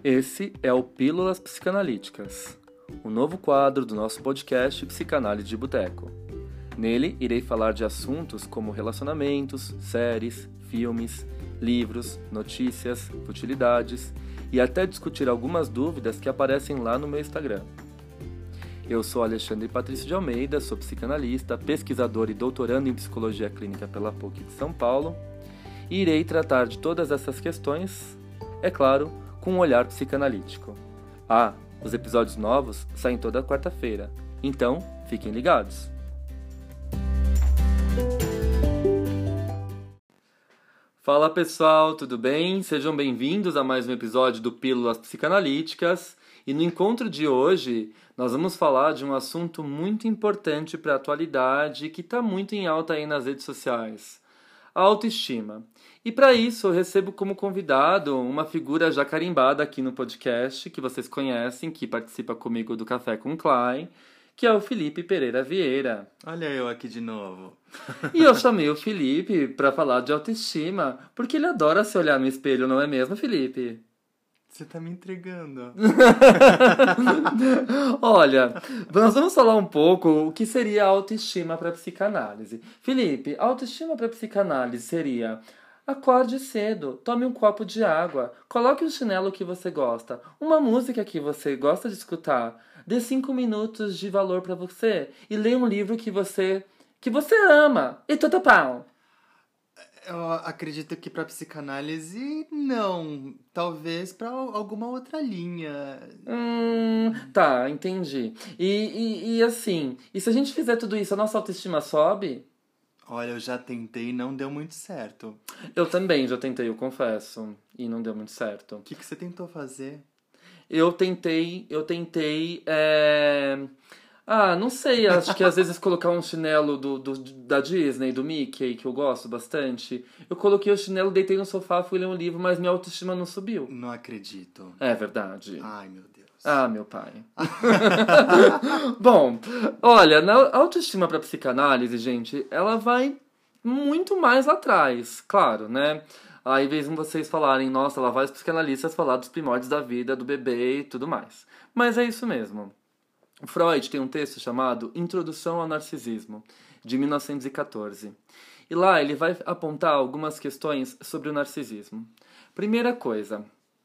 Esse é o Pílulas Psicanalíticas, o novo quadro do nosso podcast Psicanálise de Boteco. Nele, irei falar de assuntos como relacionamentos, séries, filmes, livros, notícias, futilidades e até discutir algumas dúvidas que aparecem lá no meu Instagram. Eu sou Alexandre Patrício de Almeida, sou psicanalista, pesquisador e doutorando em Psicologia Clínica pela PUC de São Paulo e irei tratar de todas essas questões, é claro, com um olhar psicanalítico. Os episódios novos saem toda quarta-feira, então fiquem ligados! Fala pessoal, tudo bem? Sejam bem-vindos a mais um episódio do Pílulas Psicanalíticas. E no encontro de hoje, nós vamos falar de um assunto muito importante para a atualidade que está muito em alta aí nas redes sociais: a autoestima. E para isso eu recebo como convidado uma figura já carimbada aqui no podcast, que vocês conhecem, que participa comigo do Café com Klein, que é o Felipe Pereira Vieira. Olha eu aqui de novo. E eu chamei o Felipe para falar de autoestima, porque ele adora se olhar no espelho, não é mesmo, Felipe? Você tá me entregando. Olha, nós vamos falar um pouco o que seria a autoestima para psicanálise. Felipe, a autoestima para psicanálise seria: acorde cedo, tome um copo de água, coloque o chinelo que você gosta, uma música que você gosta de escutar, dê 5 minutos de valor para você e leia um livro que você ama. E tudo pau. Eu acredito que pra psicanálise, não. Talvez pra alguma outra linha. Tá, entendi. E assim, e se a gente fizer tudo isso, a nossa autoestima sobe? Olha, eu já tentei e não deu muito certo. Eu também já tentei, eu confesso, e não deu muito certo. O que você tentou fazer? Eu tentei, não sei, acho que às vezes colocar um chinelo da Disney, do Mickey, que eu gosto bastante. Eu coloquei o chinelo, deitei no sofá, fui ler um livro, mas minha autoestima não subiu. Não acredito. É verdade. Ai, meu Deus. Ah, meu pai. Bom, olha, na autoestima para psicanálise, gente, ela vai muito mais lá atrás, claro, né? Aí, mesmo vocês falarem, nossa, lá vai os psicanalistas falar dos primórdios da vida, do bebê e tudo mais. Mas é isso mesmo. Freud tem um texto chamado Introdução ao Narcisismo, de 1914. E lá ele vai apontar algumas questões sobre o narcisismo. Primeira coisa,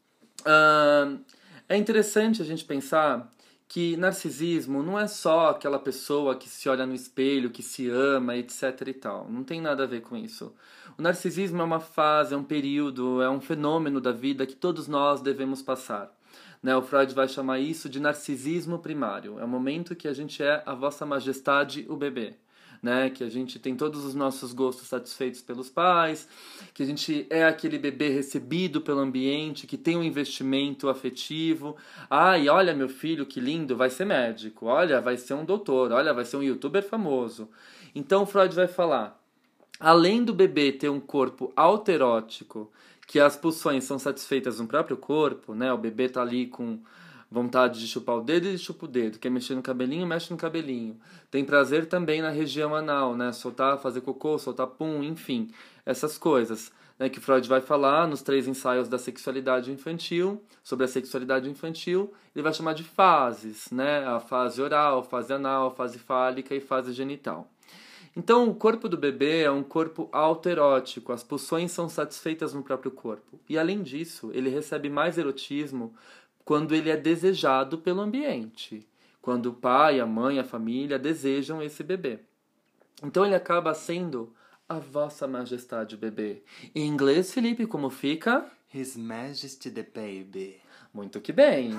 é interessante a gente pensar que narcisismo não é só aquela pessoa que se olha no espelho, que se ama, etc e tal. Não tem nada a ver com isso. O narcisismo é uma fase, é um período, é um fenômeno da vida que todos nós devemos passar. Né? O Freud vai chamar isso de narcisismo primário. É o momento que a gente é a vossa majestade, o bebê. Né? Que a gente tem todos os nossos gostos satisfeitos pelos pais, que a gente é aquele bebê recebido pelo ambiente, que tem um investimento afetivo. E olha meu filho, que lindo, vai ser médico, olha, vai ser um doutor, olha, vai ser um youtuber famoso. Então Freud vai falar, além do bebê ter um corpo autoerótico, que as pulsões são satisfeitas no próprio corpo, né? O bebê tá ali com vontade de chupar o dedo, ele chupa o dedo. Quer mexer no cabelinho, mexe no cabelinho. Tem prazer também na região anal, né? Soltar, fazer cocô, soltar pum, enfim. Essas coisas, né? Que Freud vai falar nos 3 ensaios da sexualidade infantil, sobre a sexualidade infantil. Ele vai chamar de fases, né? A fase oral, fase anal, fase fálica e fase genital. Então, o corpo do bebê é um corpo autoerótico. As pulsões são satisfeitas no próprio corpo. E, além disso, ele recebe mais erotismo quando ele é desejado pelo ambiente, quando o pai, a mãe, a família desejam esse bebê. Então ele acaba sendo a vossa majestade, o bebê. Em inglês, Felipe, como fica? His Majesty the Baby. Muito que bem.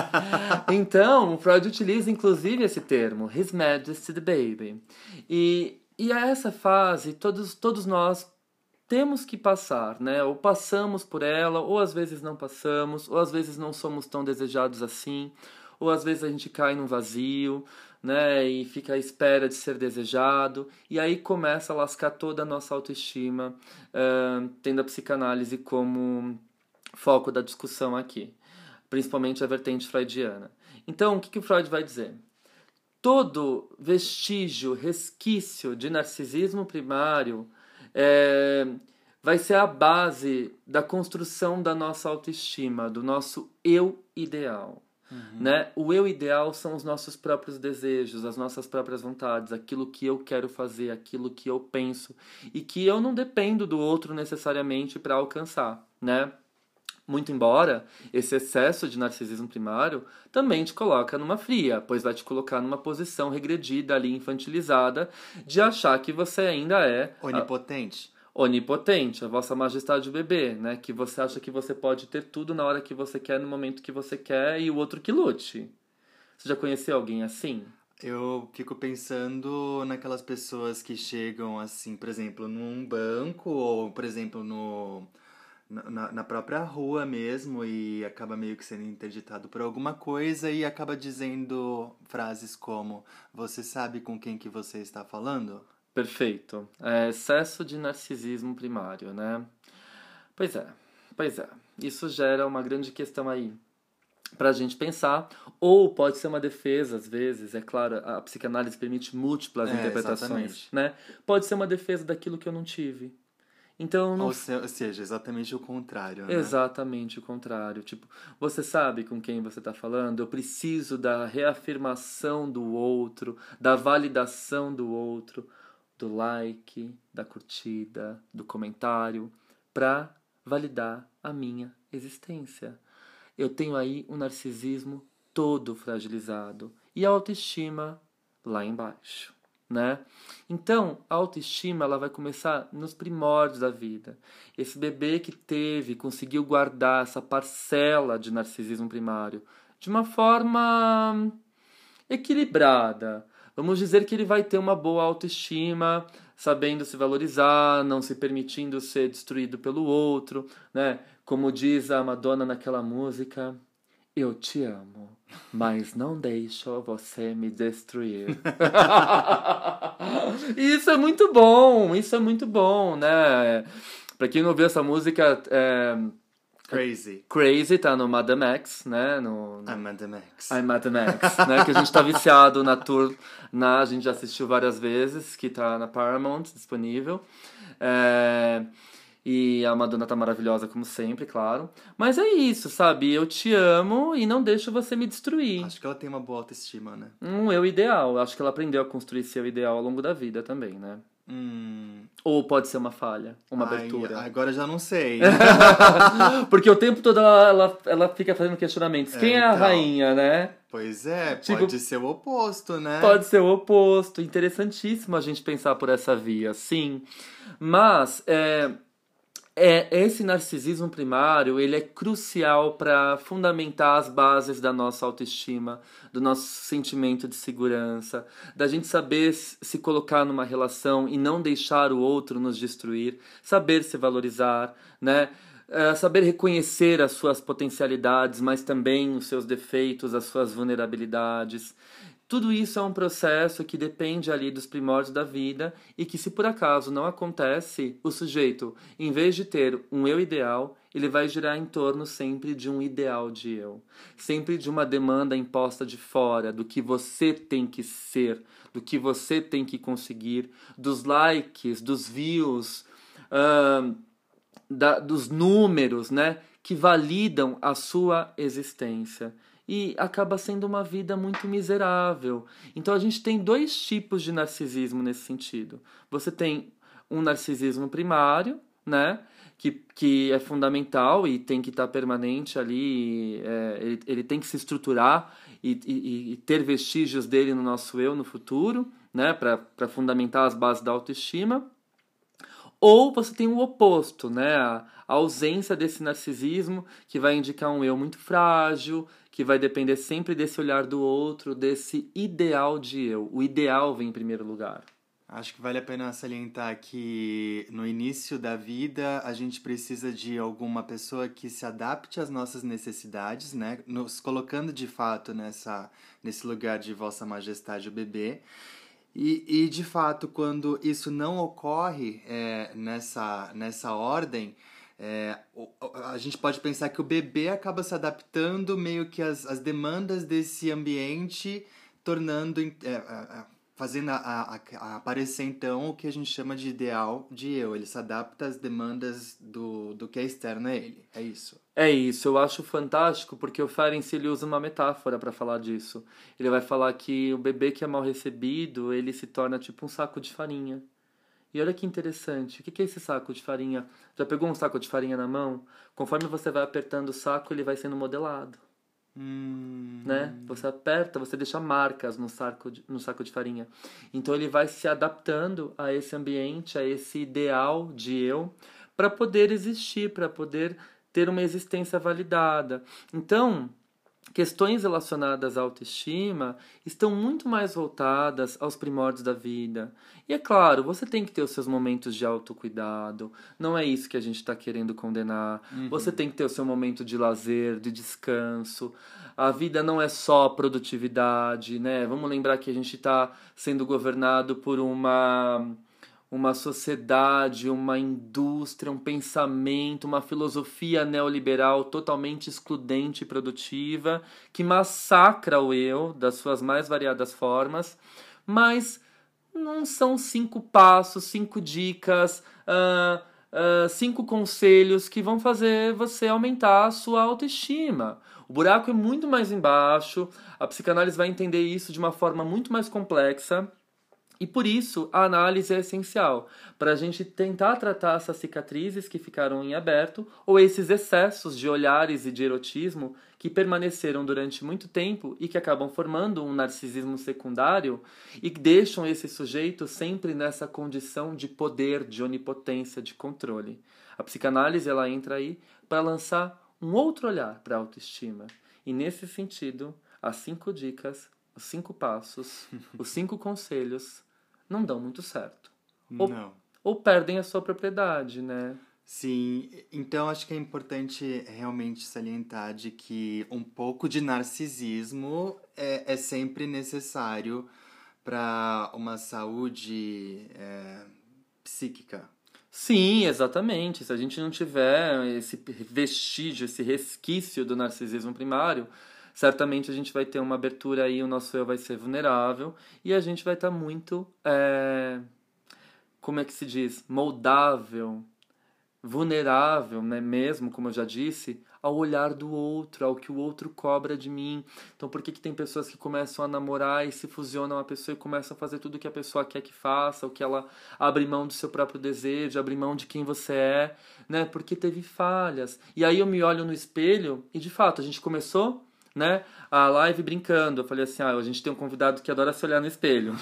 Então, Freud utiliza inclusive esse termo, His Majesty the Baby. E a essa fase, todos nós temos que passar, né? Ou passamos por ela, ou às vezes não passamos, ou às vezes não somos tão desejados assim, ou às vezes a gente cai num vazio, né? E fica à espera de ser desejado, e aí começa a lascar toda a nossa autoestima, tendo a psicanálise como foco da discussão aqui, principalmente a vertente freudiana. Então, o que o Freud vai dizer? Todo vestígio, resquício de narcisismo primário vai ser a base da construção da nossa autoestima, do nosso eu ideal. Né? O eu ideal são os nossos próprios desejos, as nossas próprias vontades, aquilo que eu quero fazer, aquilo que eu penso e que eu não dependo do outro necessariamente para alcançar, né? Muito embora esse excesso de narcisismo primário também te coloca numa fria, pois vai te colocar numa posição regredida ali, infantilizada, de achar que você ainda é onipotente, a vossa majestade o bebê, né? Que você acha que você pode ter tudo na hora que você quer, no momento que você quer, e o outro que lute. Você já conheceu alguém assim? Eu fico pensando naquelas pessoas que chegam, assim, por exemplo, num banco ou, por exemplo, na própria rua mesmo e acaba meio que sendo interditado por alguma coisa e acaba dizendo frases como: você sabe com quem que você está falando? Perfeito. É excesso de narcisismo primário, né? Pois é, pois é. Isso gera uma grande questão aí pra gente pensar, ou pode ser uma defesa, às vezes, é claro, a psicanálise permite múltiplas interpretações, Exatamente. né? Pode ser uma defesa daquilo que eu não tive. Então, não. Ou seja, exatamente o contrário, né? Exatamente o contrário. Tipo, você sabe com quem você está falando? Eu preciso da reafirmação do outro, da validação do outro, do like, da curtida, do comentário, para validar a minha existência. Eu tenho aí um narcisismo todo fragilizado e a autoestima lá embaixo, né? Então, a autoestima ela vai começar nos primórdios da vida. Esse bebê que conseguiu guardar essa parcela de narcisismo primário de uma forma equilibrada. Vamos dizer que ele vai ter uma boa autoestima, sabendo se valorizar, não se permitindo ser destruído pelo outro, né? Como diz a Madonna naquela música, eu te amo, mas não deixo você me destruir. Isso é muito bom, né? Pra quem não ouviu essa música, Crazy tá no Madame X, né? I'm Madame X. I'm Madame X, né? Que a gente tá viciado na tour, a gente já assistiu várias vezes, que tá na Paramount, disponível. E a Madonna tá maravilhosa, como sempre, claro. Mas é isso, sabe? Eu te amo e não deixo você me destruir. Acho que ela tem uma boa autoestima, né? Um eu ideal. Acho que ela aprendeu a construir seu ideal ao longo da vida também, né? Ou pode ser uma falha, uma abertura. Agora já não sei. Porque o tempo todo ela fica fazendo questionamentos. Quem é a rainha, né? Pois é, pode ser o oposto, né? Pode ser o oposto. Interessantíssimo a gente pensar por essa via, sim. Mas esse narcisismo primário, ele é crucial para fundamentar as bases da nossa autoestima, do nosso sentimento de segurança, da gente saber se colocar numa relação e não deixar o outro nos destruir, saber se valorizar, né? Saber reconhecer as suas potencialidades, mas também os seus defeitos, as suas vulnerabilidades. Tudo isso é um processo que depende ali dos primórdios da vida e que, se por acaso não acontece, o sujeito, em vez de ter um eu ideal, ele vai girar em torno sempre de um ideal de eu. Sempre de uma demanda imposta de fora, do que você tem que ser, do que você tem que conseguir, dos likes, dos views, dos números, né, que validam a sua existência. E acaba sendo uma vida muito miserável. Então a gente tem dois tipos de narcisismo nesse sentido. Você tem um narcisismo primário, né? Que é fundamental e tem que estar permanente ali. Ele tem que se estruturar e ter vestígios dele no nosso eu no futuro, né? Para fundamentar as bases da autoestima. Ou você tem o oposto, né? A ausência desse narcisismo, que vai indicar um eu muito frágil, que vai depender sempre desse olhar do outro, desse ideal de eu. O ideal vem em primeiro lugar. Acho que vale a pena salientar que no início da vida a gente precisa de alguma pessoa que se adapte às nossas necessidades, né? Nos colocando de fato nesse lugar de Vossa Majestade o bebê. E de fato, quando isso não ocorre nessa ordem, a gente pode pensar que o bebê acaba se adaptando meio que às demandas desse ambiente, fazendo a aparecer, então, o que a gente chama de ideal de eu. Ele se adapta às demandas do que é externo a ele. É isso. É isso, eu acho fantástico porque o Ferenc ele usa uma metáfora para falar disso. Ele vai falar que o bebê que é mal recebido, ele se torna tipo um saco de farinha. E olha que interessante, o que é esse saco de farinha? Já pegou um saco de farinha na mão? Conforme você vai apertando o saco, ele vai sendo modelado. Né? Você aperta, você deixa marcas no saco de farinha. Então ele vai se adaptando a esse ambiente, a esse ideal de eu, para poder existir, para poder ter uma existência validada. Então, questões relacionadas à autoestima estão muito mais voltadas aos primórdios da vida. E é claro, você tem que ter os seus momentos de autocuidado. Não é isso que a gente está querendo condenar. Você tem que ter o seu momento de lazer, de descanso. A vida não é só produtividade, né? Vamos lembrar que a gente está sendo governado por uma sociedade, uma indústria, um pensamento, uma filosofia neoliberal totalmente excludente e produtiva, que massacra o eu das suas mais variadas formas, mas não são 5 passos, 5 dicas, 5 conselhos que vão fazer você aumentar a sua autoestima. O buraco é muito mais embaixo, a psicanálise vai entender isso de uma forma muito mais complexa. E por isso a análise é essencial, para a gente tentar tratar essas cicatrizes que ficaram em aberto ou esses excessos de olhares e de erotismo que permaneceram durante muito tempo e que acabam formando um narcisismo secundário e deixam esse sujeito sempre nessa condição de poder, de onipotência, de controle. A psicanálise ela entra aí para lançar um outro olhar para a autoestima. E nesse sentido, as 5 dicas, os 5 passos, os 5 conselhos não dão muito certo. Ou perdem a sua propriedade, né? Sim, então acho que é importante realmente salientar de que um pouco de narcisismo é sempre necessário para uma saúde psíquica. Sim, exatamente. Se a gente não tiver esse vestígio, esse resquício do narcisismo primário, certamente a gente vai ter uma abertura aí, o nosso eu vai ser vulnerável e a gente vai estar muito, como é que se diz? Moldável, vulnerável, né? Mesmo, como eu já disse, ao olhar do outro, ao que o outro cobra de mim. Então, por que tem pessoas que começam a namorar e se fusionam a pessoa e começam a fazer tudo que a pessoa quer que faça, ou que ela abre mão do seu próprio desejo, abre mão de quem você é, né? Porque teve falhas. E aí eu me olho no espelho e, de fato, a gente começou, né, a live brincando. Eu falei assim, a gente tem um convidado que adora se olhar no espelho.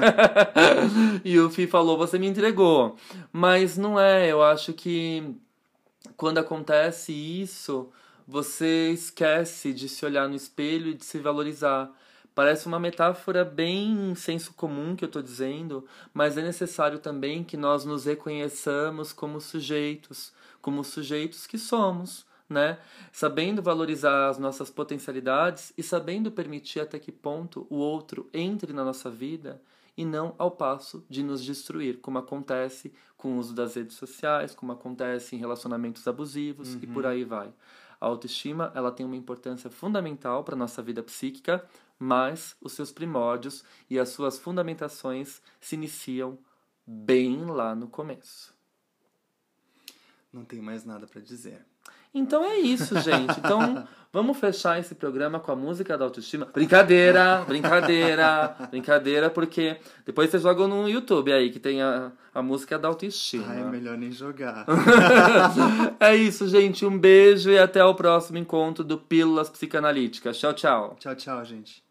E o Fih falou, você me entregou. Mas não é, eu acho que quando acontece isso, você esquece de se olhar no espelho e de se valorizar. Parece uma metáfora bem senso comum que eu estou dizendo, mas é necessário também que nós nos reconheçamos como sujeitos que somos, né? Sabendo valorizar as nossas potencialidades e sabendo permitir até que ponto o outro entre na nossa vida e não ao passo de nos destruir, como acontece com o uso das redes sociais, como acontece em relacionamentos abusivos e por aí vai. A autoestima ela tem uma importância fundamental para a nossa vida psíquica, mas os seus primórdios e as suas fundamentações se iniciam bem lá no começo. Não tenho mais nada para dizer. Então é isso, gente. Então, vamos fechar esse programa com a música da autoestima. Brincadeira, porque depois vocês jogam no YouTube aí, que tem a música da autoestima. É melhor nem jogar. É isso, gente. Um beijo e até o próximo encontro do Pílulas Psicanalíticas. Tchau, tchau. Tchau, tchau, gente.